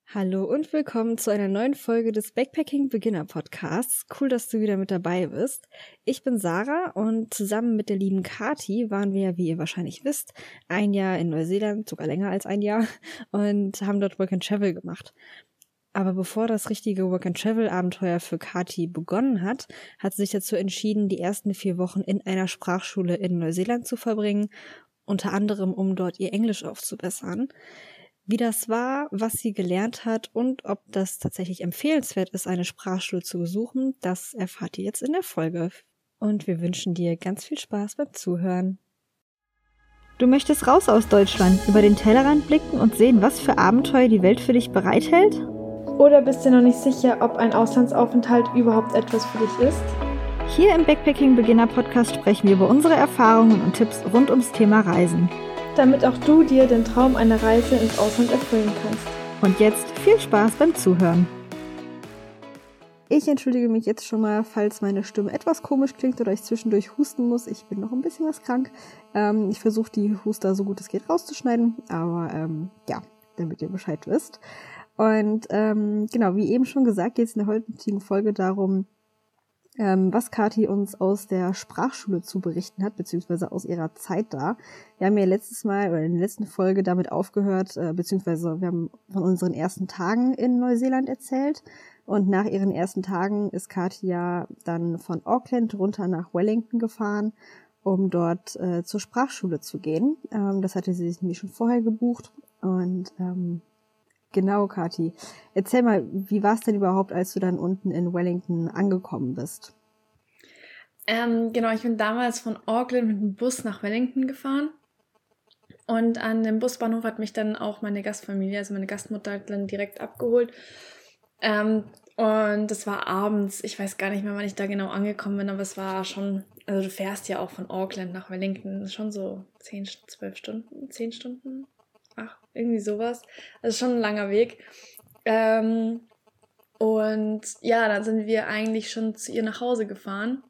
Hallo und willkommen zu einer neuen Folge des Backpacking Beginner Podcasts. Cool, dass du wieder mit dabei bist. Ich bin Sarah und zusammen mit der lieben Kati waren wir, wie ihr wahrscheinlich wisst, ein Jahr in Neuseeland, sogar länger als ein Jahr, und haben dort Work and Travel gemacht. Aber bevor das richtige Work and Travel Abenteuer für Kati begonnen hat, hat sie sich dazu entschieden, die ersten 4 Wochen in einer Sprachschule in Neuseeland zu verbringen, unter anderem um dort ihr Englisch aufzubessern. Wie das war, was sie gelernt hat und ob das tatsächlich empfehlenswert ist, eine Sprachschule zu besuchen, das erfahrt ihr jetzt in der Folge. Und wir wünschen dir ganz viel Spaß beim Zuhören. Du möchtest raus aus Deutschland, über den Tellerrand blicken und sehen, was für Abenteuer die Welt für dich bereithält? Oder bist du noch nicht sicher, ob ein Auslandsaufenthalt überhaupt etwas für dich ist? Hier im Backpacking Beginner Podcast sprechen wir über unsere Erfahrungen und Tipps rund ums Thema Reisen. Damit auch du dir den Traum einer Reise ins Ausland erfüllen kannst. Und jetzt viel Spaß beim Zuhören. Ich entschuldige mich jetzt schon mal, falls meine Stimme etwas komisch klingt oder ich zwischendurch husten muss. Ich bin noch ein bisschen was krank. Ich versuche die Huster so gut es geht rauszuschneiden, aber damit ihr Bescheid wisst. Und genau, wie eben schon gesagt, geht es in der heutigen Folge darum, was Kati uns aus der Sprachschule zu berichten hat, beziehungsweise aus ihrer Zeit da. Wir haben ja letztes Mal oder in der letzten Folge damit aufgehört, beziehungsweise wir haben von unseren ersten Tagen in Neuseeland erzählt. Und nach ihren ersten Tagen ist Kati ja dann von Auckland runter nach Wellington gefahren, um dort zur Sprachschule zu gehen. Das hatte sie sich nämlich schon vorher gebucht. Und genau, Kati. Erzähl mal, wie war es denn überhaupt, als du dann unten in Wellington angekommen bist? Genau, ich bin damals von Auckland mit dem Bus nach Wellington gefahren. Und an dem Busbahnhof hat mich dann auch meine Gastfamilie, also meine Gastmutter, dann direkt abgeholt. Und das war abends, ich weiß gar nicht mehr, wann ich da genau angekommen bin, aber es war schon, also du fährst ja auch von Auckland nach Wellington, schon so 10 Stunden, irgendwie sowas. Also schon ein langer Weg. Und ja, dann sind wir eigentlich schon zu ihr nach Hause gefahren.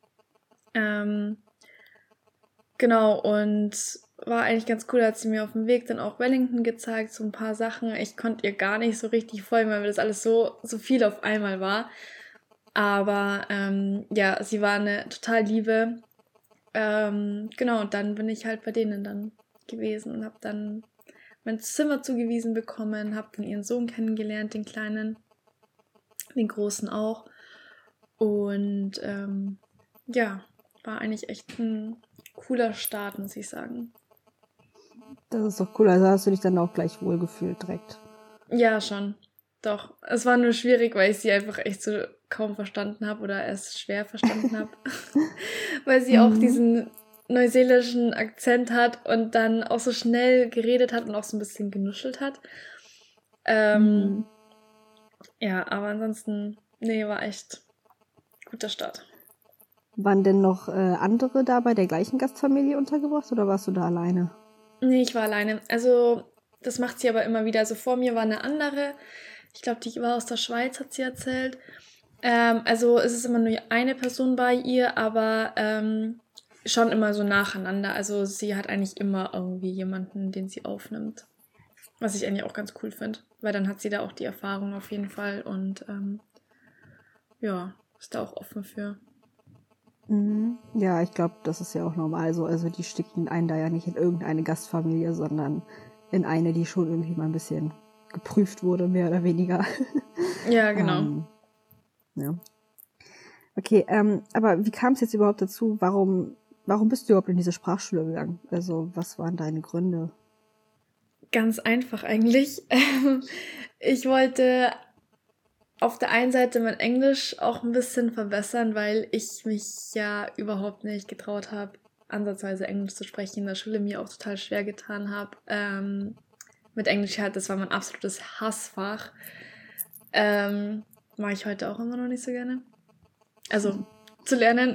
Genau, und war eigentlich ganz cool, da hat sie mir auf dem Weg dann auch Wellington gezeigt, so ein paar Sachen. Ich konnte ihr gar nicht so richtig folgen, weil das alles so viel auf einmal war. Aber ja, sie war eine total liebe. Genau, und dann bin ich halt bei denen dann gewesen und habe dann mein Zimmer zugewiesen bekommen, habe dann ihren Sohn kennengelernt, den Kleinen, den Großen auch. Und ja, war eigentlich echt ein cooler Start, muss ich sagen. Das ist doch cool, also hast du dich dann auch gleich wohlgefühlt direkt. Ja, schon. Doch. Es war nur schwierig, weil ich sie einfach echt so kaum verstanden habe oder erst schwer verstanden habe. Weil sie auch diesen neuseeländischen Akzent hat und dann auch so schnell geredet hat und auch so ein bisschen genuschelt hat. Ja, aber ansonsten, nee, war echt guter Start. Waren denn noch andere da bei der gleichen Gastfamilie untergebracht oder warst du da alleine? Nee, ich war alleine. Also, das macht sie aber immer wieder. Also, vor mir war eine andere. Ich glaube, die war aus der Schweiz, hat sie erzählt. Also, es ist immer nur eine Person bei ihr, aber schon immer so nacheinander. Also, sie hat eigentlich immer irgendwie jemanden, den sie aufnimmt. Was ich eigentlich auch ganz cool finde. Weil dann hat sie da auch die Erfahrung auf jeden Fall und ja, ist da auch offen für. Ja, ich glaube, das ist ja auch normal so. Also die stecken einen da ja nicht in irgendeine Gastfamilie, sondern in eine, die schon irgendwie mal ein bisschen geprüft wurde, mehr oder weniger. Ja, genau. Ja. Okay, aber wie kam es jetzt überhaupt dazu? Warum bist du überhaupt in diese Sprachschule gegangen? Also was waren deine Gründe? Ganz einfach eigentlich. Ich wollte auf der einen Seite mein Englisch auch ein bisschen verbessern, weil ich mich ja überhaupt nicht getraut habe, ansatzweise Englisch zu sprechen, in der Schule mir auch total schwer getan habe. Mit Englisch halt, das war mein absolutes Hassfach. Mag ich heute auch immer noch nicht so gerne. Also zu lernen.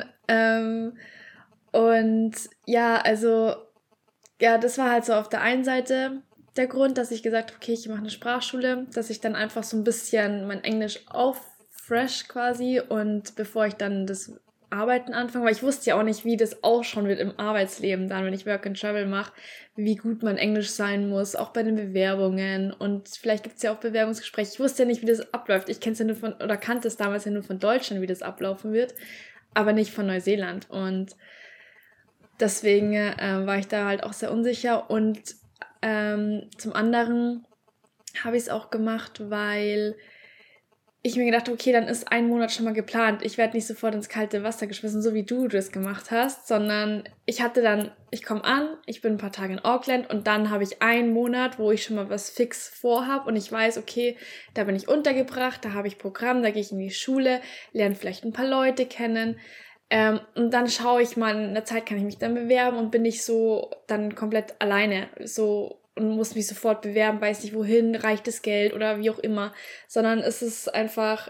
Und ja, also ja, das war halt so auf der einen Seite der Grund, dass ich gesagt habe, okay, ich mache eine Sprachschule, dass ich dann einfach so ein bisschen mein Englisch auffresh quasi und bevor ich dann das Arbeiten anfangen, weil ich wusste ja auch nicht, wie das ausschauen wird im Arbeitsleben dann, wenn ich Work and Travel mache, wie gut mein Englisch sein muss, auch bei den Bewerbungen und vielleicht gibt es ja auch Bewerbungsgespräche. Ich wusste ja nicht, wie das abläuft. Ich kenne es ja nur oder kannte es damals ja nur von Deutschland, wie das ablaufen wird, aber nicht von Neuseeland und deswegen war ich da halt auch sehr unsicher und zum anderen habe ich es auch gemacht, weil ich mir gedacht, okay, dann ist ein Monat schon mal geplant. Ich werde nicht sofort ins kalte Wasser geschmissen, so wie du das gemacht hast, sondern ich komme an, ich bin ein paar Tage in Auckland und dann habe ich einen Monat, wo ich schon mal was fix vorhab und ich weiß, okay, da bin ich untergebracht, da habe ich Programm, da gehe ich in die Schule, lerne vielleicht ein paar Leute kennen und dann schaue ich mal, in der Zeit kann ich mich dann bewerben und bin nicht so dann komplett alleine, so und muss mich sofort bewerben, weiß nicht wohin, reicht das Geld oder wie auch immer, sondern es ist einfach,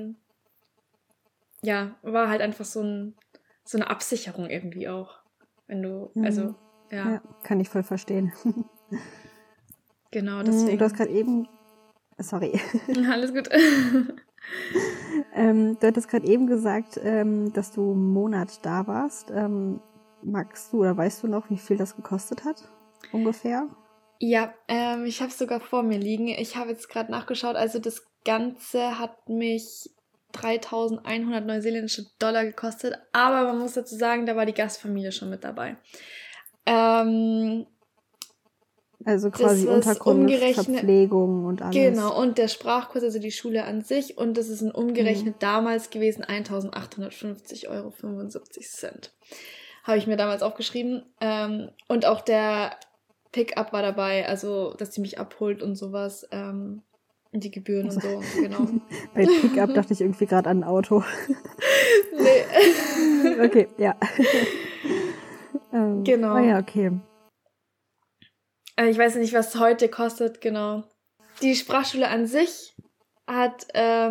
war halt einfach so eine Absicherung irgendwie auch, wenn du, also, ja. Ja, kann ich voll verstehen. Genau, deswegen. Du hast gerade eben, sorry. Alles gut. Du hattest gerade eben gesagt, dass du einen Monat da warst. Magst du oder weißt du noch, wie viel das gekostet hat? Ungefähr? Ja, ich habe es sogar vor mir liegen. Ich habe jetzt gerade nachgeschaut. Also das Ganze hat mich 3.100 neuseeländische Dollar gekostet. Aber man muss dazu sagen, da war die Gastfamilie schon mit dabei. Also quasi Unterkunft, Verpflegung und alles. Genau, und der Sprachkurs, also die Schule an sich. Und das ist umgerechnet damals gewesen 1.850,75 Euro. Habe ich mir damals aufgeschrieben. Und auch der Pick-up war dabei, also dass sie mich abholt und sowas, und die Gebühren und so, genau. Bei Pick-up dachte ich irgendwie gerade an ein Auto. Nee. Okay, ja. Genau. Oh ja, okay. Ich weiß nicht, was heute kostet, genau. Die Sprachschule an sich hat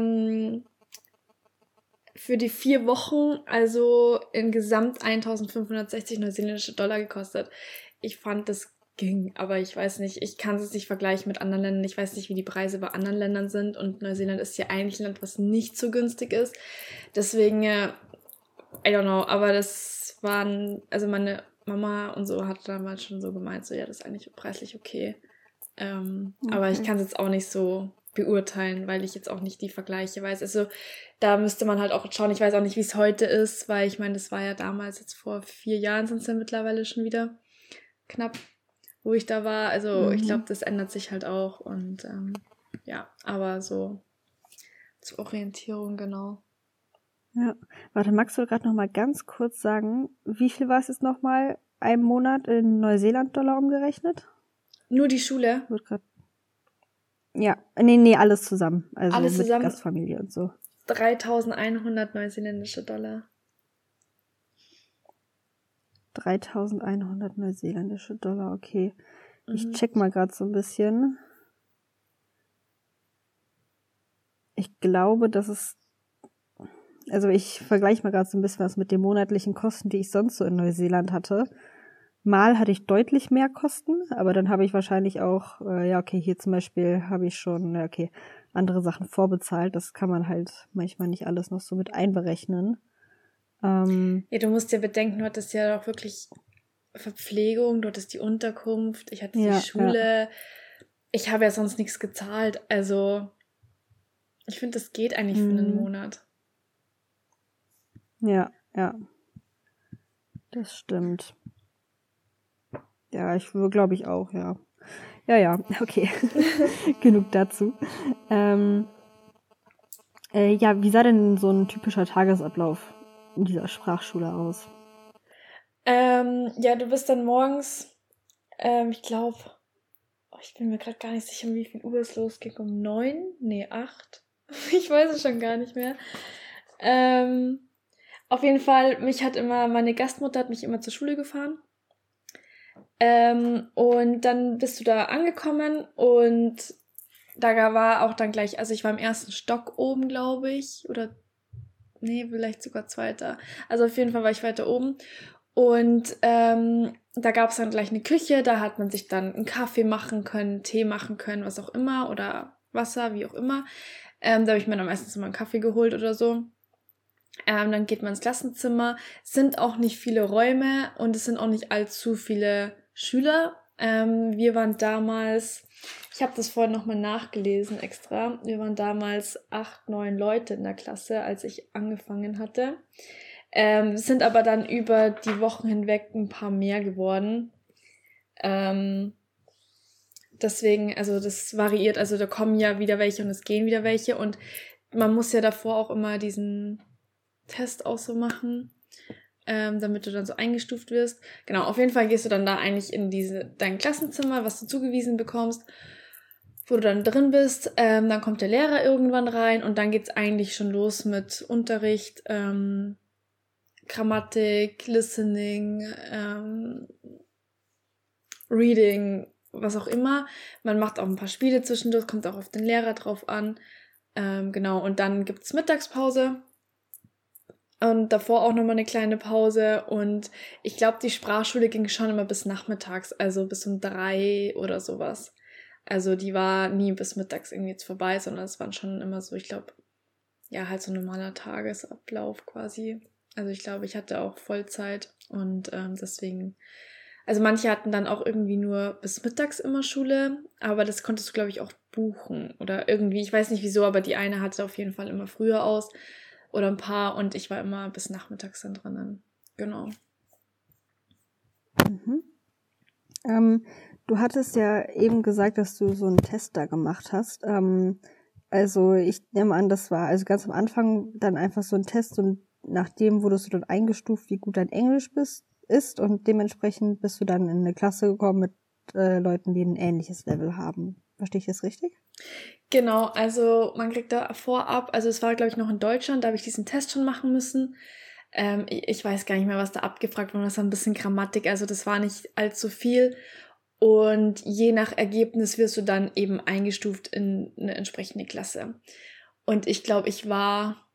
für die 4 Wochen, also insgesamt 1.560 neuseeländische Dollar gekostet. Ich fand, das ging, aber ich weiß nicht, ich kann es nicht vergleichen mit anderen Ländern. Ich weiß nicht, wie die Preise bei anderen Ländern sind und Neuseeland ist ja eigentlich ein Land, was nicht so günstig ist. Deswegen, I don't know, aber das waren, also meine Mama und so hat damals schon so gemeint, so ja, das ist eigentlich preislich okay. Aber ich kann es jetzt auch nicht so beurteilen, weil ich jetzt auch nicht die Vergleiche weiß. Also da müsste man halt auch schauen. Ich weiß auch nicht, wie es heute ist, weil ich meine, das war ja damals, jetzt vor 4 Jahren sind es ja mittlerweile schon wieder knapp, wo ich da war. Also ich glaube, das ändert sich halt auch und aber so zur Orientierung, genau. Ja, warte, magst du gerade noch mal ganz kurz sagen, wie viel war es jetzt noch mal einen Monat in Neuseeland-Dollar umgerechnet? Nur die Schule? Wird grad... Ja, nee, alles zusammen. Also alles mit zusammen Gastfamilie und so. 3.100 neuseeländische Dollar. 3.100 neuseeländische Dollar, okay. Ich check mal gerade so ein bisschen. Ich glaube, dass es... Also ich vergleiche mal gerade so ein bisschen was mit den monatlichen Kosten, die ich sonst so in Neuseeland hatte. Mal hatte ich deutlich mehr Kosten, aber dann habe ich wahrscheinlich auch, hier zum Beispiel habe ich schon, andere Sachen vorbezahlt. Das kann man halt manchmal nicht alles noch so mit einberechnen. Ja, du musst ja bedenken, du hattest ja auch wirklich Verpflegung, du hattest die Unterkunft, ich hatte die Schule. Ja. Ich habe ja sonst nichts gezahlt. Also ich finde, das geht eigentlich für einen Monat. Ja. Das stimmt. Ja, ich glaube ich auch, ja. Ja, okay. Genug dazu. Wie sah denn so ein typischer Tagesablauf in dieser Sprachschule aus? Du bist dann morgens, ich glaube, ich bin mir gerade gar nicht sicher, um wie viel Uhr es losging. Um 9? Nee, 8. Ich weiß es schon gar nicht mehr. Auf jeden Fall, meine Gastmutter hat mich immer zur Schule gefahren. Und dann bist du da angekommen und da war auch dann gleich, also ich war im 1. Stock oben, glaube ich, oder nee, vielleicht sogar 2. Also auf jeden Fall war ich weiter oben und da gab es dann gleich eine Küche, da hat man sich dann einen Kaffee machen können, Tee machen können, was auch immer oder Wasser, wie auch immer. Da habe ich mir dann meistens immer einen Kaffee geholt oder so. Dann geht man ins Klassenzimmer. Es sind auch nicht viele Räume und es sind auch nicht allzu viele Schüler. Wir waren damals, ich habe das vorhin nochmal nachgelesen extra, wir waren damals 8, 9 Leute in der Klasse, als ich angefangen hatte. Es sind aber dann über die Wochen hinweg ein paar mehr geworden. Deswegen, also das variiert, also da kommen ja wieder welche und es gehen wieder welche und man muss ja davor auch immer diesen Test auch so machen, damit du dann so eingestuft wirst. Genau, auf jeden Fall gehst du dann da eigentlich in dein Klassenzimmer, was du zugewiesen bekommst, wo du dann drin bist. Dann kommt der Lehrer irgendwann rein und dann geht's eigentlich schon los mit Unterricht, Grammatik, Listening, Reading, was auch immer. Man macht auch ein paar Spiele zwischendurch, kommt auch auf den Lehrer drauf an. Genau, und dann gibt's Mittagspause. Und davor auch nochmal eine kleine Pause. Und ich glaube, die Sprachschule ging schon immer bis nachmittags, also bis um 3 oder sowas. Also die war nie bis mittags irgendwie jetzt vorbei, sondern es waren schon immer so, ich glaube, ja, halt so ein normaler Tagesablauf quasi. Also ich glaube, ich hatte auch Vollzeit und deswegen, also manche hatten dann auch irgendwie nur bis mittags immer Schule, aber das konntest du, glaube ich, auch buchen oder irgendwie, ich weiß nicht wieso, aber die eine hatte auf jeden Fall immer früher aus oder ein paar und ich war immer bis nachmittags dann drinnen. Genau. Du hattest ja eben gesagt, dass du so einen Test da gemacht hast. Also ich nehme an, das war also ganz am Anfang dann einfach so ein Test und nachdem wurdest du dann eingestuft, wie gut dein Englisch ist und dementsprechend bist du dann in eine Klasse gekommen mit Leuten, die ein ähnliches Level haben. Verstehe ich das richtig? Genau, also man kriegt da vorab, also es war glaube ich noch in Deutschland, da habe ich diesen Test schon machen müssen. Ich weiß gar nicht mehr, was da abgefragt wurde, das war ein bisschen Grammatik, also das war nicht allzu viel. Und je nach Ergebnis wirst du dann eben eingestuft in eine entsprechende Klasse. Und ich glaube, ich war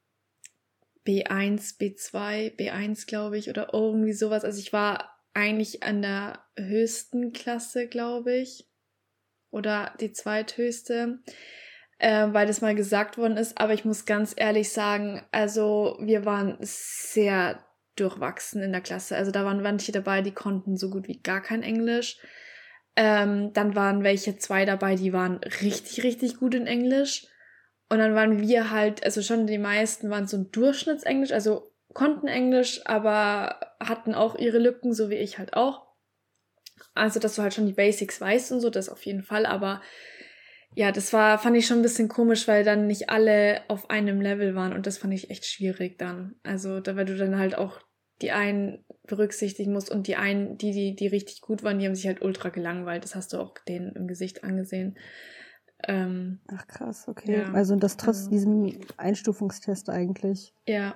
B1, B2, B1, glaube ich, oder irgendwie sowas. Also ich war eigentlich an der höchsten Klasse, glaube ich. Oder die zweithöchste, weil das mal gesagt worden ist. Aber ich muss ganz ehrlich sagen, also wir waren sehr durchwachsen in der Klasse. Also da waren manche dabei, die konnten so gut wie gar kein Englisch. Dann waren welche 2 dabei, die waren richtig, richtig gut in Englisch. Und dann waren wir halt, also schon die meisten waren so ein Durchschnittsenglisch, also konnten Englisch, aber hatten auch ihre Lücken, so wie ich halt auch. Also, dass du halt schon die Basics weißt und so, das auf jeden Fall, aber ja, fand ich schon ein bisschen komisch, weil dann nicht alle auf einem Level waren und das fand ich echt schwierig dann. Also, weil du dann halt auch die einen berücksichtigen musst und die einen, die richtig gut waren, die haben sich halt ultra gelangweilt. Das hast du auch denen im Gesicht angesehen. Ach krass, okay. Ja, Also das trotz diesem Einstufungstest eigentlich. Ja.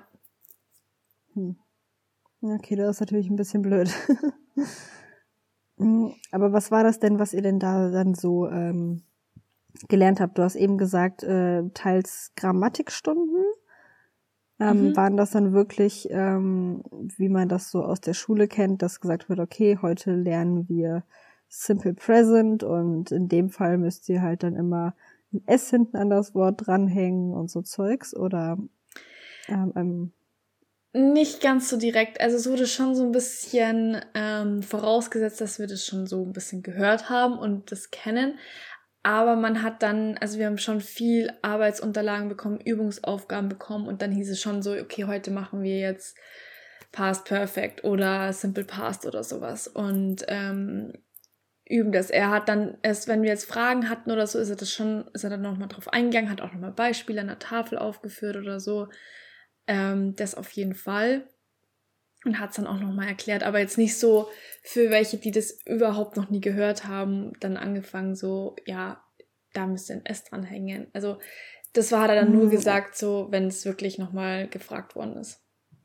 Okay, das ist natürlich ein bisschen blöd. Aber was war das denn, was ihr denn da dann so gelernt habt? Du hast eben gesagt, teils Grammatikstunden. Waren das dann wirklich, wie man das so aus der Schule kennt, dass gesagt wird, okay, heute lernen wir Simple Present und in dem Fall müsst ihr halt dann immer ein S hinten an das Wort dranhängen und so Zeugs oder Nicht ganz so direkt. Also es wurde schon so ein bisschen vorausgesetzt, dass wir das schon so ein bisschen gehört haben und das kennen. Aber man hat dann, also wir haben schon viel Arbeitsunterlagen bekommen, Übungsaufgaben bekommen und dann hieß es schon so, okay, heute machen wir jetzt Past Perfect oder Simple Past oder sowas und üben das. Er hat dann erst, wenn wir jetzt Fragen hatten oder so, ist er dann nochmal drauf eingegangen, hat auch nochmal Beispiele an der Tafel aufgeführt oder so. Das auf jeden Fall. Und hat es dann auch nochmal erklärt, aber jetzt nicht so für welche, die das überhaupt noch nie gehört haben, dann angefangen so, ja, da müsst ihr ein S dranhängen. Also das hat er dann nur gesagt, so, wenn es wirklich nochmal gefragt worden ist.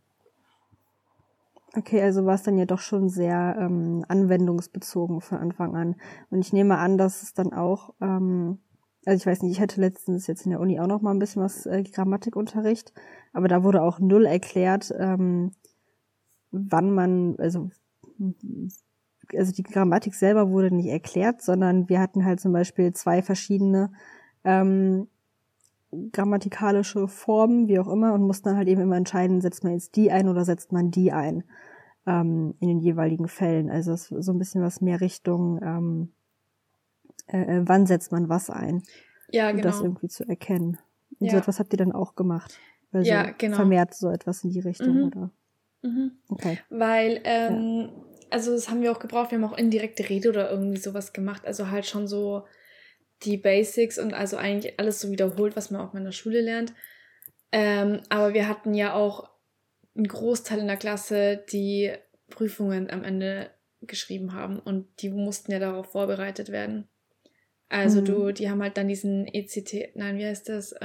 Okay, also war es dann ja doch schon sehr anwendungsbezogen von Anfang an. Und ich nehme an, dass es dann auch, also ich weiß nicht, ich hatte letztens jetzt in der Uni auch noch mal ein bisschen was Grammatikunterricht, aber da wurde auch null erklärt, wann man, also die Grammatik selber wurde nicht erklärt, sondern wir hatten halt zum Beispiel 2 verschiedene grammatikalische Formen, wie auch immer, und mussten dann halt eben immer entscheiden, setzt man jetzt die ein oder setzt man die ein in den jeweiligen Fällen. Also es ist so ein bisschen was mehr Richtung, wann setzt man was ein, Ja, und das genau. irgendwie zu erkennen. Und so Ja, etwas habt ihr dann auch gemacht? Also ja, genau. vermehrt so etwas in die Richtung, Mhm. oder? Mhm. Okay. Weil, Ja. also das haben wir auch gebraucht, wir haben auch indirekte Rede oder irgendwie sowas gemacht, also halt schon so die Basics und also eigentlich alles so wiederholt, was man auch mal in der Schule lernt. Aber wir hatten ja auch einen Großteil in der Klasse, die Prüfungen am Ende geschrieben haben und die mussten ja darauf vorbereitet werden. Also die haben halt dann diesen nein, wie heißt das?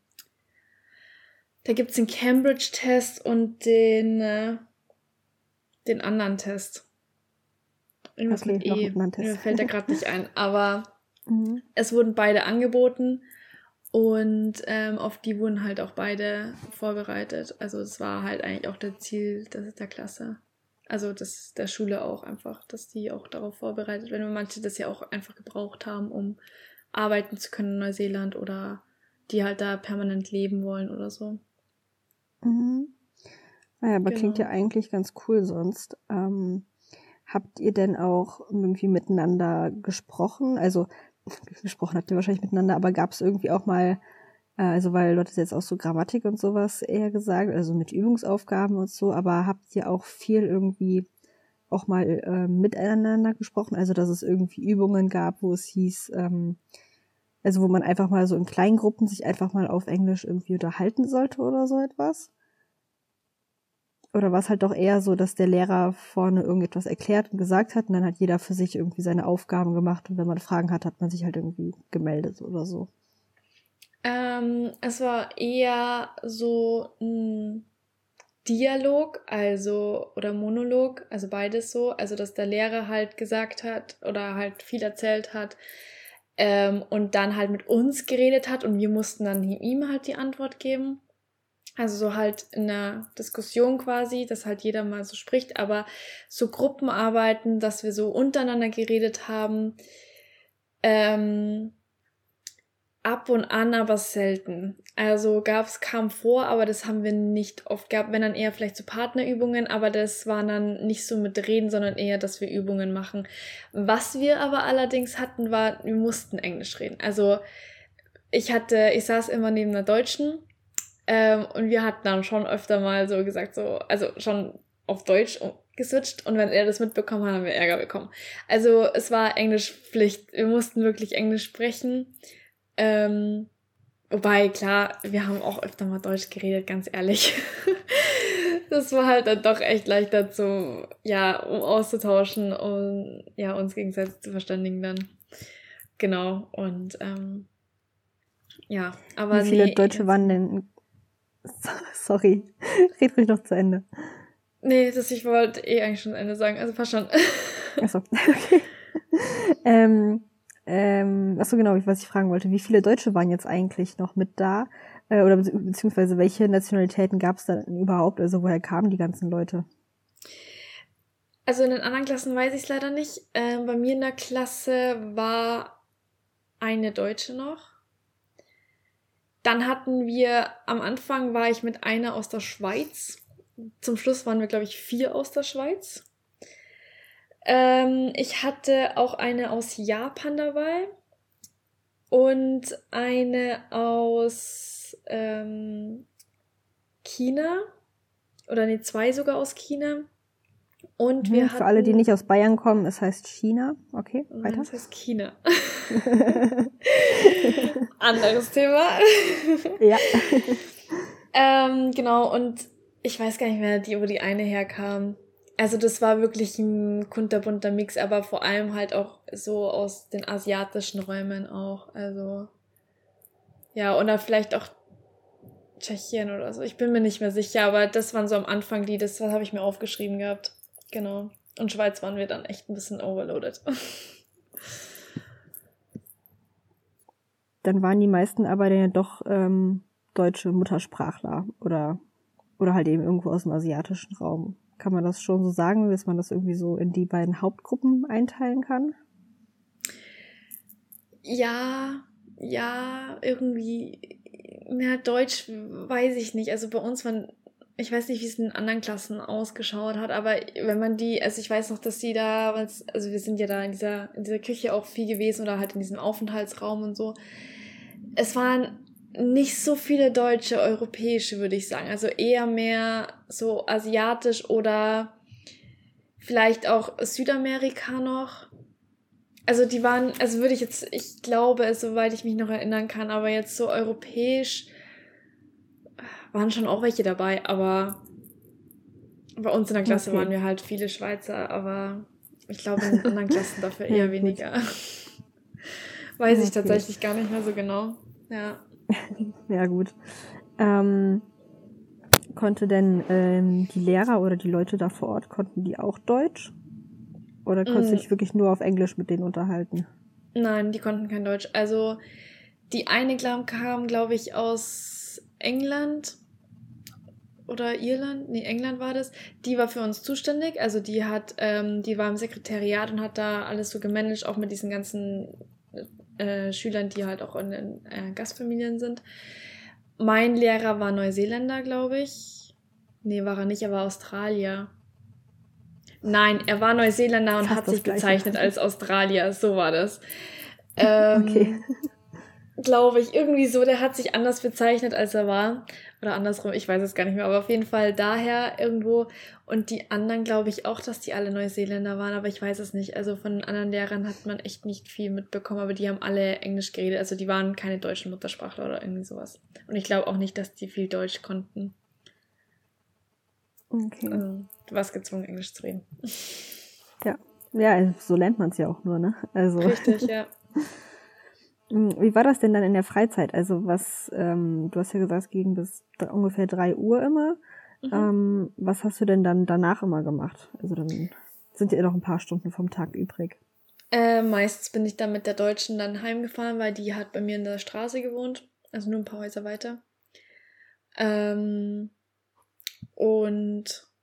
Da gibt es den Cambridge-Test und den anderen Test. Irgendwas Okay, mit noch E. mit einem Mir Test. fällt da gerade nicht ein. Aber Mhm. es wurden beide angeboten und auf die wurden halt auch beide vorbereitet. Also es war halt eigentlich auch das Ziel der Klasse. Also der Schule auch einfach, dass die auch darauf vorbereitet werden. Weil manche das ja auch einfach gebraucht haben, um arbeiten zu können in Neuseeland oder die halt da permanent leben wollen oder so. Mhm. Naja, aber klingt ja Genau. eigentlich ganz cool sonst. Habt ihr denn auch irgendwie miteinander gesprochen? Also gesprochen habt ihr wahrscheinlich miteinander, aber gab es irgendwie auch mal, also weil Leute jetzt auch so Grammatik und sowas eher gesagt, also mit Übungsaufgaben und so, aber habt ihr auch viel irgendwie auch mal miteinander gesprochen? Also dass es irgendwie Übungen gab, wo es hieß, also wo man einfach mal so in kleinen Gruppen sich einfach mal auf Englisch irgendwie unterhalten sollte oder so etwas? Oder war es halt doch eher so, dass der Lehrer vorne irgendetwas erklärt und gesagt hat und dann hat jeder für sich irgendwie seine Aufgaben gemacht und wenn man Fragen hat, hat man sich halt irgendwie gemeldet oder so? Es war eher so ein Dialog, also oder Monolog, also beides so. Also dass der Lehrer halt gesagt hat oder halt viel erzählt hat und dann halt mit uns geredet hat und wir mussten dann ihm halt die Antwort geben. Also so halt in einer Diskussion quasi, dass halt jeder mal so spricht, aber so Gruppenarbeiten, dass wir so untereinander geredet haben, ab und an, aber selten. Also kam vor, aber das haben wir nicht oft gehabt, wenn dann eher vielleicht so Partnerübungen, aber das waren dann nicht so mit Reden, sondern eher, dass wir Übungen machen. Was wir aber allerdings hatten, war, wir mussten Englisch reden. Also ich saß immer neben einer Deutschen und wir hatten dann schon öfter mal so gesagt, so, also schon auf Deutsch geswitcht und wenn er das mitbekommen hat, haben wir Ärger bekommen. Also es war Englischpflicht. Wir mussten wirklich Englisch sprechen. Wobei, klar, wir haben auch öfter mal Deutsch geredet, ganz ehrlich. Das war halt dann doch echt leichter um auszutauschen und ja, uns gegenseitig zu verständigen dann. Genau, und ja, Wie aber viele nee, Deutsche jetzt. waren denn, sorry, red ruhig noch zu Ende. Nee, ich wollte eigentlich schon Ende sagen, also passt schon. Achso, okay. Achso, genau, was ich fragen wollte. Wie viele Deutsche waren jetzt eigentlich noch mit da? Oder beziehungsweise welche Nationalitäten gab es da überhaupt? Also woher kamen die ganzen Leute? Also in den anderen Klassen weiß ich es leider nicht. Bei mir in der Klasse war eine Deutsche noch. Dann am Anfang war ich mit einer aus der Schweiz. Zum Schluss waren wir, glaube ich, 4 aus der Schweiz. Ich hatte auch eine aus Japan dabei und eine aus China. Oder nee, 2 sogar aus China. Und wir Für alle, die hatten. nicht aus Bayern kommen, es heißt China. Okay, Nein, weiter. das heißt China. Anderes Thema. Ja. Genau, und ich weiß gar nicht mehr, wo die eine herkam. Also das war wirklich ein kunterbunter Mix, aber vor allem halt auch so aus den asiatischen Räumen auch. Also ja, oder vielleicht auch Tschechien oder so. Ich bin mir nicht mehr sicher, aber das waren so am Anfang das habe ich mir aufgeschrieben gehabt. Genau. Und Schweiz waren wir dann echt ein bisschen overloaded. Dann waren die meisten aber dann ja doch deutsche Muttersprachler oder halt eben irgendwo aus dem asiatischen Raum. Kann man das schon so sagen, dass man das irgendwie so in die beiden Hauptgruppen einteilen kann? Ja, irgendwie Ja, Deutsch weiß ich nicht. Also bei uns waren, ich weiß nicht, wie es in anderen Klassen ausgeschaut hat, aber wenn man also ich weiß noch, dass die da, also wir sind ja da in dieser Küche auch viel gewesen oder halt in diesem Aufenthaltsraum und so. Es waren nicht so viele deutsche, europäische, würde ich sagen. Also eher mehr so asiatisch oder vielleicht auch Südamerika noch. Also die waren, also ich glaube, soweit ich mich noch erinnern kann, aber jetzt so europäisch waren schon auch welche dabei, aber bei uns in der Klasse waren wir halt viele Schweizer, aber ich glaube in anderen Klassen dafür eher weniger. Weiß ich tatsächlich gar nicht mehr so genau. Ja. Ja, gut. Konnte denn die Lehrer oder die Leute da vor Ort, konnten die auch Deutsch? Oder konntest du dich wirklich nur auf Englisch mit denen unterhalten? Nein, die konnten kein Deutsch. Also die eine kam, glaube ich, aus England oder Irland. Nee, England war das. Die war für uns zuständig. Also die war im Sekretariat und hat da alles so gemanagt, auch mit diesen ganzen Schülern, die halt auch in den Gastfamilien sind. Mein Lehrer war Neuseeländer, glaube ich. Nee, war er nicht, er war Australier. Nein, er war Neuseeländer und hat sich bezeichnet als Australier. So war das. Okay. Glaube ich, irgendwie so. Der hat sich anders bezeichnet, als er war. Oder andersrum, ich weiß es gar nicht mehr. Aber auf jeden Fall daher irgendwo. Und die anderen glaube ich auch, dass die alle Neuseeländer waren. Aber ich weiß es nicht. Also von den anderen Lehrern hat man echt nicht viel mitbekommen. Aber die haben alle Englisch geredet. Also die waren keine deutschen Muttersprachler oder irgendwie sowas. Und ich glaube auch nicht, dass die viel Deutsch konnten. Okay. Also, du warst gezwungen, Englisch zu reden. Ja, so lernt man es ja auch nur, ne? Also. Richtig, ja. Wie war das denn dann in der Freizeit? Also du hast ja gesagt, es ging bis ungefähr 3 Uhr immer. Was hast du denn dann danach immer gemacht? Also dann sind ja noch ein paar Stunden vom Tag übrig. Meistens bin ich dann mit der Deutschen dann heimgefahren, weil die hat bei mir in der Straße gewohnt. Also nur ein paar Häuser weiter. Und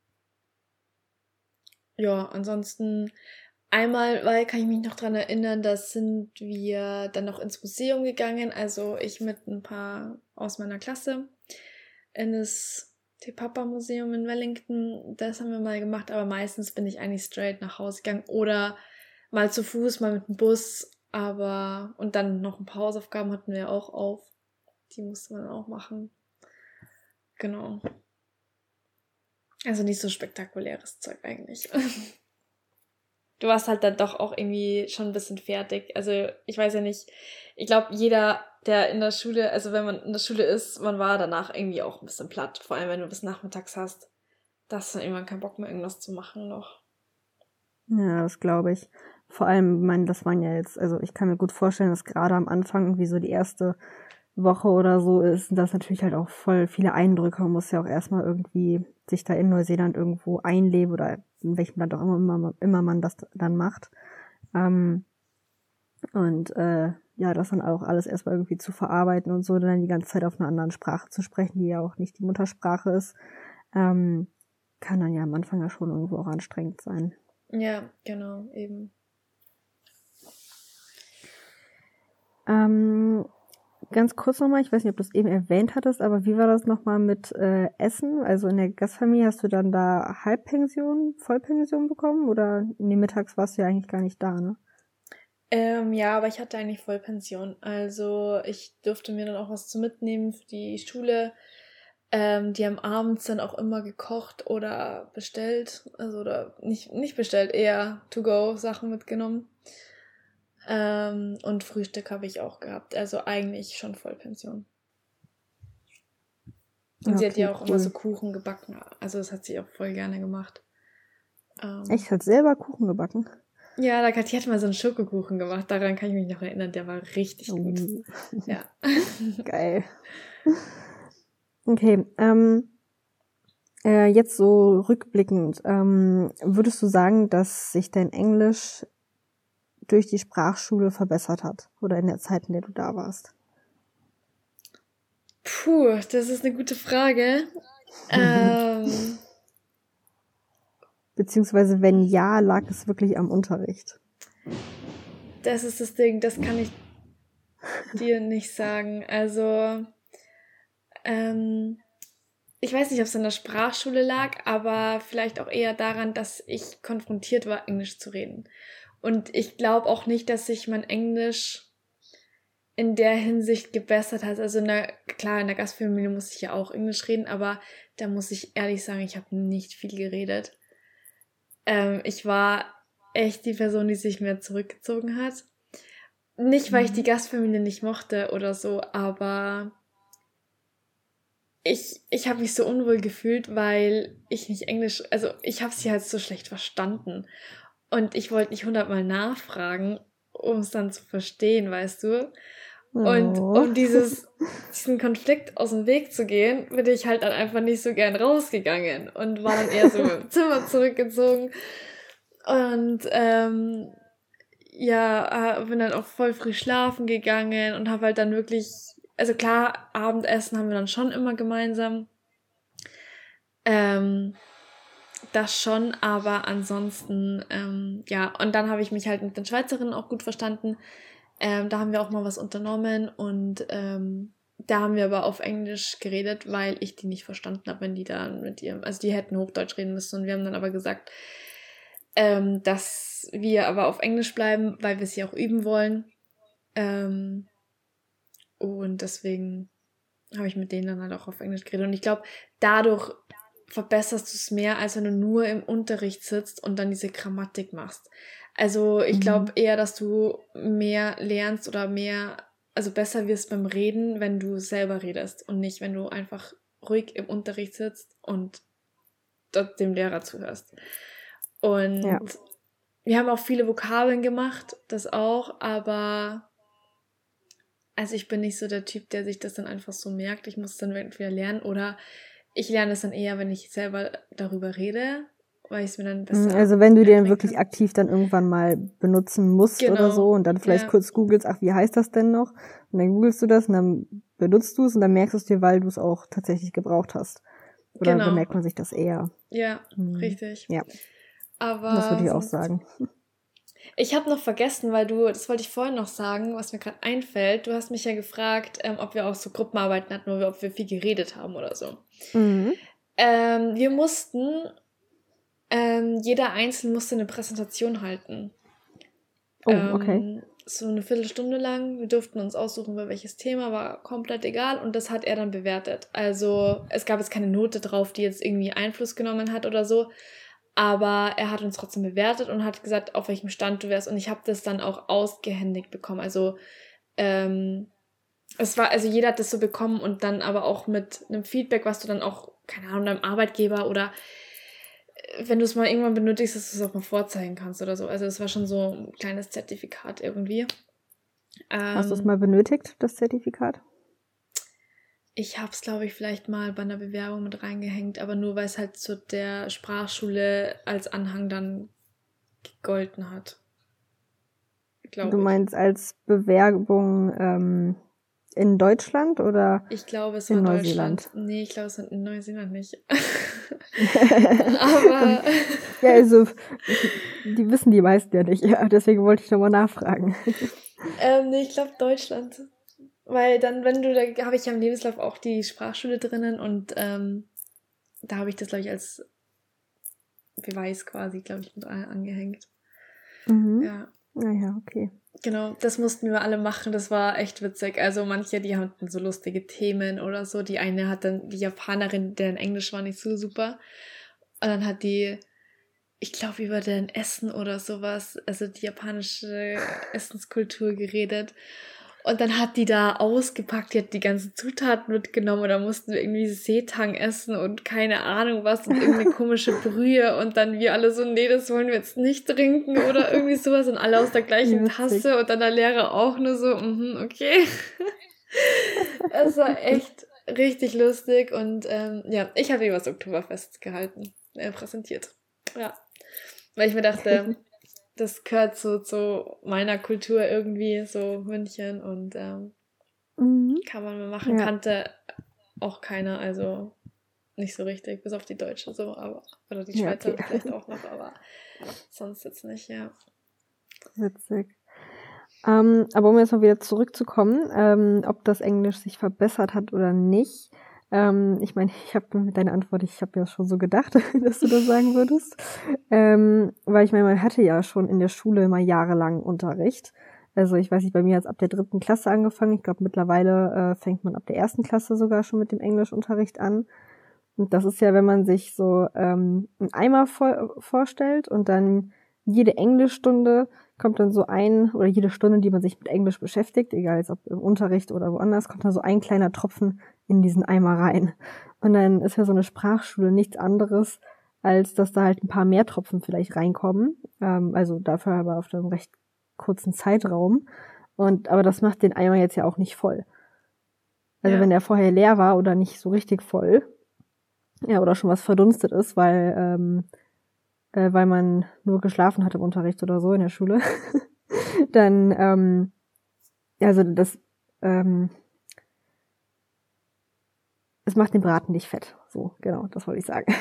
ja, ansonsten einmal, kann ich mich noch dran erinnern, da sind wir dann noch ins Museum gegangen, also ich mit ein paar aus meiner Klasse in das Te Papa Museum in Wellington. Das haben wir mal gemacht, aber meistens bin ich eigentlich straight nach Hause gegangen oder mal zu Fuß, mal mit dem Bus, und dann noch ein paar Hausaufgaben hatten wir auch auf. Die musste man auch machen. Genau. Also nicht so spektakuläres Zeug eigentlich. Du warst halt dann doch auch irgendwie schon ein bisschen fertig. Also ich weiß ja nicht, ich glaube jeder, der in der Schule, also wenn man in der Schule ist, man war danach irgendwie auch ein bisschen platt. Vor allem, wenn du bis nachmittags hast. Da hast du dann irgendwann keinen Bock mehr, irgendwas zu machen noch. Ja, das glaube ich. Vor allem, ich meine, das waren ja jetzt, also ich kann mir gut vorstellen, dass gerade am Anfang irgendwie so die erste Woche oder so ist, das natürlich halt auch voll viele Eindrücke. Man muss ja auch erstmal irgendwie sich da in Neuseeland irgendwo einleben oder in welchem Land auch immer man das dann macht. Das dann auch alles erstmal irgendwie zu verarbeiten und so, dann die ganze Zeit auf einer anderen Sprache zu sprechen, die ja auch nicht die Muttersprache ist, kann dann ja am Anfang ja schon irgendwo auch anstrengend sein. Ja, genau, eben. Ganz kurz nochmal, ich weiß nicht, ob du es eben erwähnt hattest, aber wie war das nochmal mit Essen? Also in der Gastfamilie hast du dann da Halbpension, Vollpension bekommen? Oder mittags warst du ja eigentlich gar nicht da, ne? Ja, aber ich hatte eigentlich Vollpension. Also ich durfte mir dann auch was zu mitnehmen für die Schule. Die haben abends dann auch immer gekocht oder bestellt. Also oder nicht bestellt, eher To-Go-Sachen mitgenommen. Und Frühstück habe ich auch gehabt. Also eigentlich schon Vollpension. Und sie hat ja auch immer so Kuchen gebacken. Also das hat sie auch voll gerne gemacht. Echt, hat selber Kuchen gebacken? Ja, die hat mal so einen Schokokuchen gemacht. Daran kann ich mich noch erinnern. Der war richtig gut. Ja. Geil. Okay, jetzt so rückblickend, würdest du sagen, dass sich dein Englisch durch die Sprachschule verbessert hat? Oder in der Zeit, in der du da warst? Puh, das ist eine gute Frage. Beziehungsweise wenn ja, lag es wirklich am Unterricht? Das ist das Ding, das kann ich dir nicht sagen. Also Ich weiß nicht, ob es an der Sprachschule lag, aber vielleicht auch eher daran, dass ich konfrontiert war, Englisch zu reden. Und ich glaube auch nicht, dass sich mein Englisch in der Hinsicht gebessert hat. Also klar, in der Gastfamilie muss ich ja auch Englisch reden, aber da muss ich ehrlich sagen, ich habe nicht viel geredet. Ich war echt die Person, die sich mehr zurückgezogen hat. Nicht, weil ich die Gastfamilie nicht mochte oder so, aber ich habe mich so unwohl gefühlt, weil ich nicht Englisch, also ich habe sie halt so schlecht verstanden. Und ich wollte nicht 100-mal nachfragen, um es dann zu verstehen, weißt du? Und um diesen Konflikt aus dem Weg zu gehen, bin ich halt dann einfach nicht so gern rausgegangen und war dann eher so im Zimmer zurückgezogen. Und bin dann auch voll früh schlafen gegangen und habe halt dann wirklich, also klar, Abendessen haben wir dann schon immer gemeinsam. Das schon, aber ansonsten, und dann habe ich mich halt mit den Schweizerinnen auch gut verstanden. Da haben wir auch mal was unternommen und da haben wir aber auf Englisch geredet, weil ich die nicht verstanden habe, wenn die dann mit ihrem, also die hätten Hochdeutsch reden müssen und wir haben dann aber gesagt, dass wir aber auf Englisch bleiben, weil wir sie auch üben wollen. Und deswegen habe ich mit denen dann halt auch auf Englisch geredet und ich glaube, dadurch verbesserst du es mehr, als wenn du nur im Unterricht sitzt und dann diese Grammatik machst. Also ich glaube eher, dass du mehr lernst oder also besser wirst beim Reden, wenn du selber redest und nicht, wenn du einfach ruhig im Unterricht sitzt und dort dem Lehrer zuhörst. Und wir haben auch viele Vokabeln gemacht, das auch, aber also ich bin nicht so der Typ, der sich das dann einfach so merkt. Ich muss es dann entweder lernen oder ich lerne es dann eher, wenn ich selber darüber rede, weil ich es mir dann besser Also wenn du den wirklich aktiv dann irgendwann mal benutzen musst oder so und dann vielleicht kurz googelst, wie heißt das denn noch? Und dann googelst du das und dann benutzt du es und dann merkst du es dir, weil du es auch tatsächlich gebraucht hast. Oder bemerkt man sich das eher? Ja, richtig. Ja, aber das würde ich auch sagen. Ich habe noch vergessen, weil das wollte ich vorhin noch sagen, was mir gerade einfällt. Du hast mich ja gefragt, ob wir auch so Gruppenarbeiten hatten, ob wir viel geredet haben oder so. Wir mussten, jeder Einzelne musste eine Präsentation halten. Okay. So eine Viertelstunde lang. Wir durften uns aussuchen, über welches Thema, war komplett egal und das hat er dann bewertet. Also es gab jetzt keine Note drauf, die jetzt irgendwie Einfluss genommen hat oder so. Aber er hat uns trotzdem bewertet und hat gesagt, auf welchem Stand du wärst. Und ich habe das dann auch ausgehändigt bekommen. Also jeder hat das so bekommen und dann aber auch mit einem Feedback, was du dann auch, keine Ahnung, deinem Arbeitgeber oder wenn du es mal irgendwann benötigst, dass du es auch mal vorzeigen kannst oder so. Also es war schon so ein kleines Zertifikat irgendwie. Hast du es mal benötigt, das Zertifikat? Ich habe es, glaube ich, vielleicht mal bei einer Bewerbung mit reingehängt, aber nur, weil es halt zu der Sprachschule als Anhang dann gegolten hat. Du meinst als Bewerbung in Deutschland oder ich glaube, es in war Neuseeland? Nee, ich glaube, es war in Neuseeland nicht. Aber ja, also die wissen die meisten ja nicht. Ja, deswegen wollte ich nochmal nachfragen. Nee, ich glaube Deutschland. Weil dann, da habe ich ja im Lebenslauf auch die Sprachschule drinnen und da habe ich das, glaube ich, als Beweis quasi, glaube ich, mit angehängt. Ja. Naja, okay. Genau, das mussten wir alle machen, das war echt witzig. Also manche, die hatten so lustige Themen oder so. Die eine hat dann, die Japanerin, deren Englisch war nicht so super. Und dann hat die, ich glaube, über deren Essen oder sowas, also die japanische Essenskultur geredet. Und dann hat die da ausgepackt, die hat die ganzen Zutaten mitgenommen und da mussten wir irgendwie Seetang essen und keine Ahnung was und irgendeine komische Brühe und dann wir alle so, nee, das wollen wir jetzt nicht trinken oder irgendwie sowas und alle aus der gleichen Tasse und dann der Lehrer auch nur so, okay. Es war echt richtig lustig und ich habe übers Oktoberfest präsentiert. Ja, weil ich mir dachte, das gehört so zu meiner Kultur irgendwie, so München und kann man mal machen, kannte auch keiner, also nicht so richtig, bis auf die Deutsche so, aber oder die Schweizer vielleicht auch noch, aber sonst jetzt nicht, ja. Witzig. Aber um jetzt mal wieder zurückzukommen, ob das Englisch sich verbessert hat oder nicht, Ich meine, ich habe mit deiner Antwort, ich habe ja schon so gedacht, dass du das sagen würdest. Weil ich meine, man hatte ja schon in der Schule immer jahrelang Unterricht. Also ich weiß nicht, bei mir hat es ab der 3. Klasse angefangen. Ich glaube, mittlerweile fängt man ab der 1. Klasse sogar schon mit dem Englischunterricht an. Und das ist ja, wenn man sich so einen Eimer vorstellt und dann jede Englischstunde kommt dann so ein, oder jede Stunde, die man sich mit Englisch beschäftigt, egal jetzt ob im Unterricht oder woanders, kommt dann so ein kleiner Tropfen in diesen Eimer rein. Und dann ist ja so eine Sprachschule nichts anderes, als dass da halt ein paar mehr Tropfen vielleicht reinkommen. Also dafür aber auf einem recht kurzen Zeitraum. Aber das macht den Eimer jetzt ja auch nicht voll. Also wenn der vorher leer war oder nicht so richtig voll, ja, oder schon was verdunstet ist, weil man nur geschlafen hat im Unterricht oder so in der Schule, dann, also das, es macht den Braten nicht fett. So, genau, das wollte ich sagen.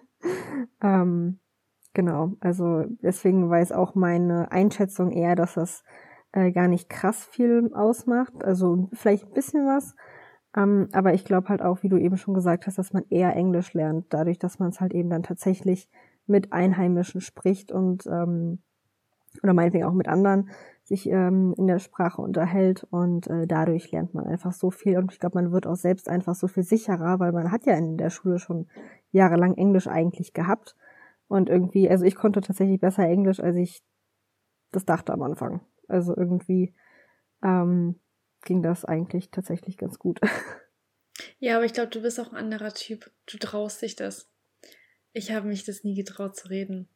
Genau, also deswegen war es auch meine Einschätzung eher, dass das gar nicht krass viel ausmacht. Also vielleicht ein bisschen was. Aber ich glaube halt auch, wie du eben schon gesagt hast, dass man eher Englisch lernt, dadurch, dass man es halt eben dann tatsächlich mit Einheimischen spricht und oder meinetwegen auch mit anderen sich in der Sprache unterhält und dadurch lernt man einfach so viel und ich glaube, man wird auch selbst einfach so viel sicherer, weil man hat ja in der Schule schon jahrelang Englisch eigentlich gehabt und irgendwie, also ich konnte tatsächlich besser Englisch, als ich das dachte am Anfang. Also irgendwie ging das eigentlich tatsächlich ganz gut. Ja, aber ich glaube, du bist auch ein anderer Typ. Du traust dich das. Ich habe mich das nie getraut zu reden.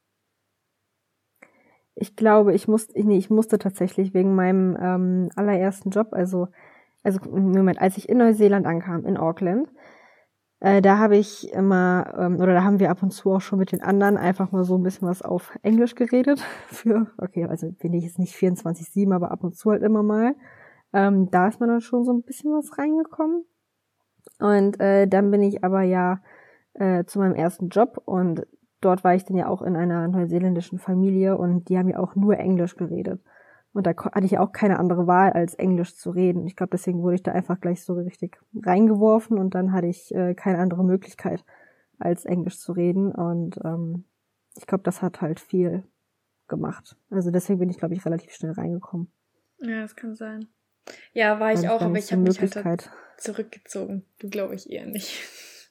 Ich glaube, ich musste tatsächlich wegen meinem allerersten Job, also Moment, als ich in Neuseeland ankam, in Auckland, da habe ich immer, oder da haben wir ab und zu auch schon mit den anderen einfach mal so ein bisschen was auf Englisch geredet. Also bin ich jetzt nicht 24/7, aber ab und zu halt immer mal. Da ist man dann schon so ein bisschen was reingekommen. Und dann bin ich aber ja zu meinem ersten Job und dort war ich dann ja auch in einer neuseeländischen Familie und die haben ja auch nur Englisch geredet. Und da hatte ich auch keine andere Wahl, als Englisch zu reden. Ich glaube, deswegen wurde ich da einfach gleich so richtig reingeworfen und dann hatte ich keine andere Möglichkeit, als Englisch zu reden. Und ich glaube, das hat halt viel gemacht. Also deswegen bin ich, glaube ich, relativ schnell reingekommen. Ja, das kann sein. Ja, war ich auch, aber ich habe mich halt zurückgezogen. Du glaube ich eher nicht.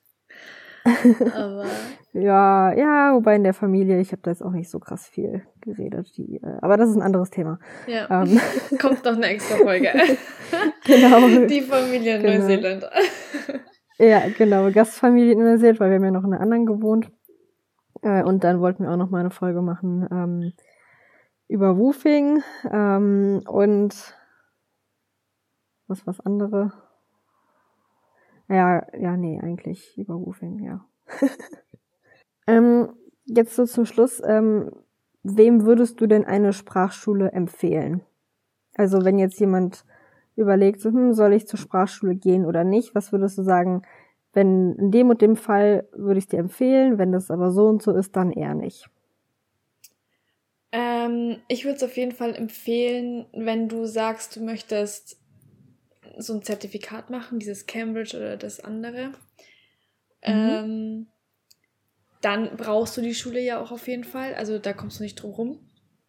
Aber ja, wobei in der Familie, ich habe da jetzt auch nicht so krass viel geredet. Aber das ist ein anderes Thema. Ja, kommt noch eine extra Folge. Genau. Die Familie in Neuseeland. Ja, genau, Gastfamilie in Neuseeland, weil wir haben ja noch in einer anderen gewohnt. Und dann wollten wir auch noch mal eine Folge machen über Woofing und was andere. Ja, nee, eigentlich über Woofing, ja. Jetzt so zum Schluss, wem würdest du denn eine Sprachschule empfehlen? Also wenn jetzt jemand überlegt, so, soll ich zur Sprachschule gehen oder nicht, was würdest du sagen, wenn in dem und dem Fall würde ich es dir empfehlen, wenn das aber so und so ist, dann eher nicht? Ich würde es auf jeden Fall empfehlen, wenn du sagst, du möchtest so ein Zertifikat machen, dieses Cambridge oder das andere. Dann brauchst du die Schule ja auch auf jeden Fall. Also da kommst du nicht drum rum.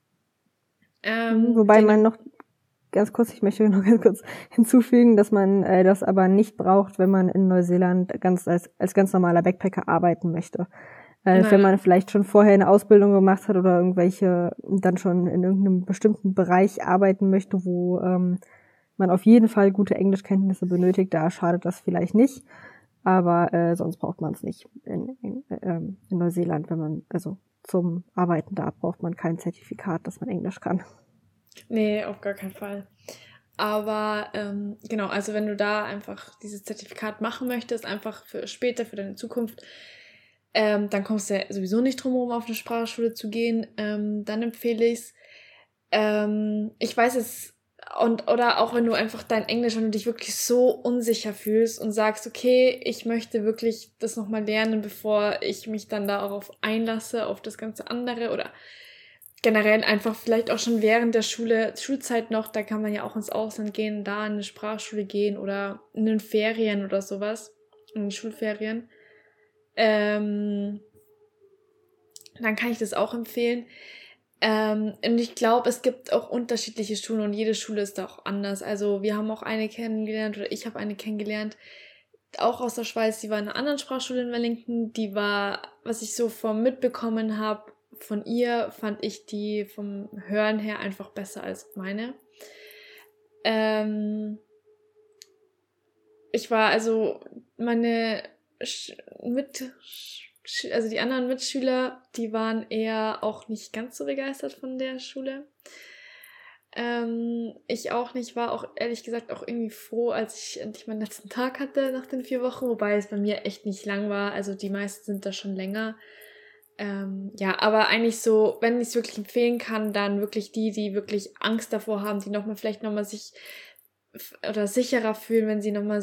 Wobei man noch ich möchte noch ganz kurz hinzufügen, dass man das aber nicht braucht, wenn man in Neuseeland als ganz normaler Backpacker arbeiten möchte. Wenn man vielleicht schon vorher eine Ausbildung gemacht hat oder dann schon in irgendeinem bestimmten Bereich arbeiten möchte, wo man auf jeden Fall gute Englischkenntnisse benötigt, da schadet das vielleicht nicht. Aber sonst braucht man es nicht in Neuseeland, also zum Arbeiten da braucht man kein Zertifikat, dass man Englisch kann. Nee, auf gar keinen Fall. Aber genau, also wenn du da einfach dieses Zertifikat machen möchtest, einfach für später, für deine Zukunft, dann kommst du ja sowieso nicht drum herum, auf eine Sprachschule zu gehen. Dann empfehle ich es. Ich weiß es, oder auch wenn du einfach dein Englisch, wenn du dich wirklich so unsicher fühlst und sagst, okay, ich möchte wirklich das nochmal lernen, bevor ich mich dann darauf einlasse, auf das ganze andere oder generell einfach vielleicht auch schon während der Schulzeit noch, da kann man ja auch ins Ausland gehen, da in eine Sprachschule gehen oder in den Ferien oder sowas. in den Schulferien, dann kann ich das auch empfehlen. Und ich glaube, es gibt auch unterschiedliche Schulen und jede Schule ist da auch anders. Also wir haben auch eine kennengelernt oder ich habe eine kennengelernt, auch aus der Schweiz, die war in einer anderen Sprachschule in Wellington. Die war, was ich so vom mitbekommen habe, von ihr fand ich die vom Hören her einfach besser als meine. Ich war also meine also die anderen Mitschüler, die waren eher auch nicht ganz so begeistert von der Schule. Ich auch nicht, war auch ehrlich gesagt auch irgendwie froh, als ich endlich meinen letzten Tag hatte nach den 4 Wochen, wobei es bei mir echt nicht lang war, also die meisten sind da schon länger. Ja, aber eigentlich so, wenn ich es wirklich empfehlen kann, dann wirklich die wirklich Angst davor haben, die vielleicht nochmal sich oder sicherer fühlen, wenn sie nochmal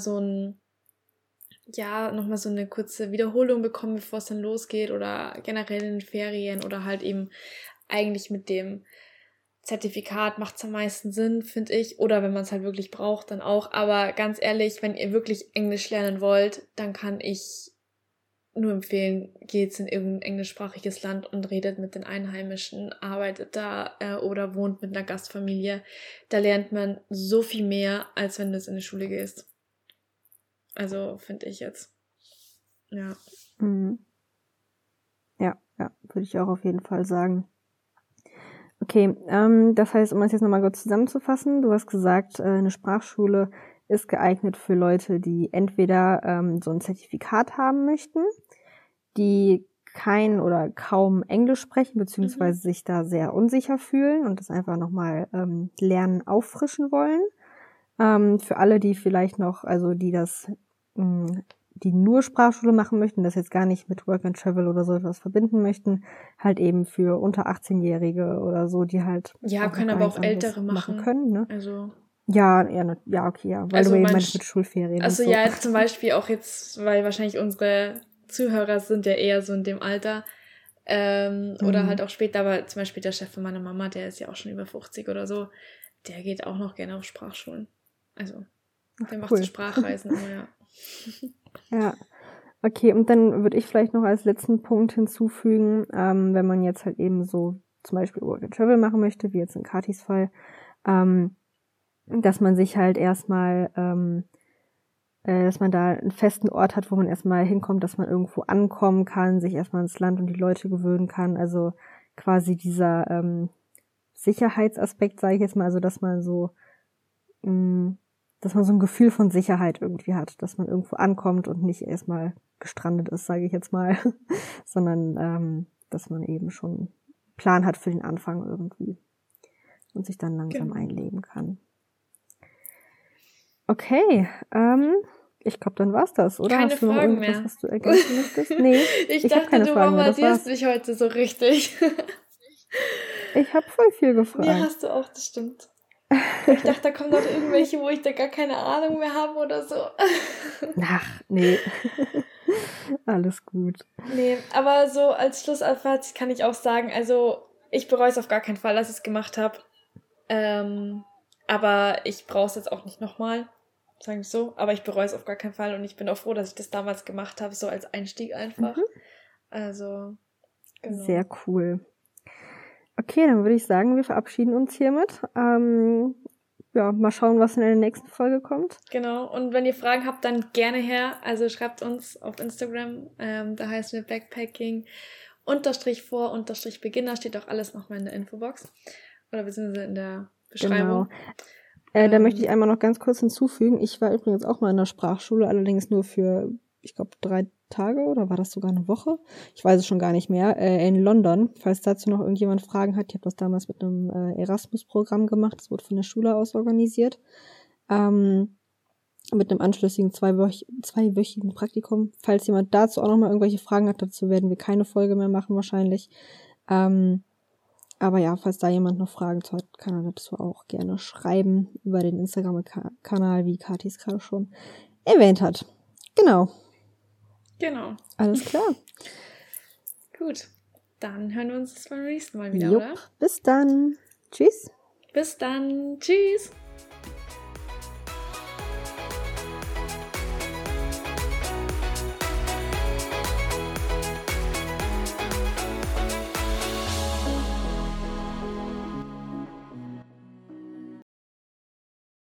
nochmal so eine kurze Wiederholung bekommen, bevor es dann losgeht oder generell in den Ferien oder halt eben eigentlich mit dem Zertifikat macht es am meisten Sinn, finde ich. Oder wenn man es halt wirklich braucht, dann auch. Aber ganz ehrlich, wenn ihr wirklich Englisch lernen wollt, dann kann ich nur empfehlen, geht in irgendein englischsprachiges Land und redet mit den Einheimischen, arbeitet da oder wohnt mit einer Gastfamilie. Da lernt man so viel mehr, als wenn du jetzt in die Schule gehst. Also, finde ich jetzt. Ja. Mhm. Ja, würde ich auch auf jeden Fall sagen. Okay, das heißt, um es jetzt nochmal kurz zusammenzufassen, du hast gesagt, eine Sprachschule ist geeignet für Leute, die entweder so ein Zertifikat haben möchten, die kein oder kaum Englisch sprechen, beziehungsweise sich da sehr unsicher fühlen und das einfach nochmal lernen, auffrischen wollen. Für alle, die vielleicht noch, also die nur Sprachschule machen möchten, das jetzt gar nicht mit Work and Travel oder so etwas verbinden möchten, halt eben für unter 18-Jährige oder so, die halt ja, können aber auch Ältere machen können, ne? Also ja, okay, ja, weil also du eben meinst mit Schulferien. Also und so. Ja, zum Beispiel auch jetzt, weil wahrscheinlich unsere Zuhörer sind ja eher so in dem Alter oder halt auch später, aber zum Beispiel der Chef von meiner Mama, der ist ja auch schon über 50 oder so, der geht auch noch gerne auf Sprachschulen. Also, der macht so Sprachreisen immer, ja. Ja, okay, und dann würde ich vielleicht noch als letzten Punkt hinzufügen, wenn man jetzt halt eben so zum Beispiel Work and Travel machen möchte, wie jetzt in Katis Fall, dass man sich halt erstmal, dass man da einen festen Ort hat, wo man erstmal hinkommt, dass man irgendwo ankommen kann, sich erstmal ins Land und die Leute gewöhnen kann, also quasi dieser Sicherheitsaspekt, sage ich jetzt mal, also dass man so ein Gefühl von Sicherheit irgendwie hat, dass man irgendwo ankommt und nicht erstmal gestrandet ist, sage ich jetzt mal, sondern dass man eben schon einen Plan hat für den Anfang irgendwie und sich dann langsam einleben kann. Okay, ich glaube, dann war's das, oder? Keine Hast du noch Fragen irgendwas, mehr. was du ergänzen möchtest? Nee, ich dachte, du bombardierst mich heute so richtig. Ich habe voll viel gefragt. Ja, hast du auch, das stimmt. Ich dachte, da kommen noch irgendwelche, wo ich da gar keine Ahnung mehr habe oder so. Ach, nee. Alles gut. Nee, aber so als Schlussfazit kann ich auch sagen, also ich bereue es auf gar keinen Fall, dass ich es gemacht habe. Aber ich brauche es jetzt auch nicht nochmal, sagen wir so. Aber ich bereue es auf gar keinen Fall und ich bin auch froh, dass ich das damals gemacht habe, so als Einstieg einfach. Also, genau. Sehr cool. Okay, dann würde ich sagen, wir verabschieden uns hiermit. Ja, mal schauen, was in der nächsten Folge kommt. Genau, und wenn ihr Fragen habt, dann gerne her. Also schreibt uns auf Instagram, da heißen wir Backpacking_vor_Beginner, steht auch alles nochmal in der Infobox. Oder beziehungsweise in der Beschreibung. Genau. Da möchte ich einmal noch ganz kurz hinzufügen, ich war übrigens auch mal in der Sprachschule, allerdings nur für, ich glaube, 3 Tage oder war das sogar eine Woche? Ich weiß es schon gar nicht mehr. In London, falls dazu noch irgendjemand Fragen hat. Ich habe das damals mit einem Erasmus-Programm gemacht. Das wurde von der Schule aus organisiert. Mit einem anschlüssigen zweiwöchigen Praktikum. Falls jemand dazu auch noch mal irgendwelche Fragen hat, dazu werden wir keine Folge mehr machen wahrscheinlich. Aber ja, falls da jemand noch Fragen zu hat, kann er dazu auch gerne schreiben über den Instagram-Kanal, wie Kathi es gerade schon erwähnt hat. Genau. Alles klar. Gut, dann hören wir uns beim nächsten Mal wieder, oder? Bis dann. Tschüss. Bis dann. Tschüss.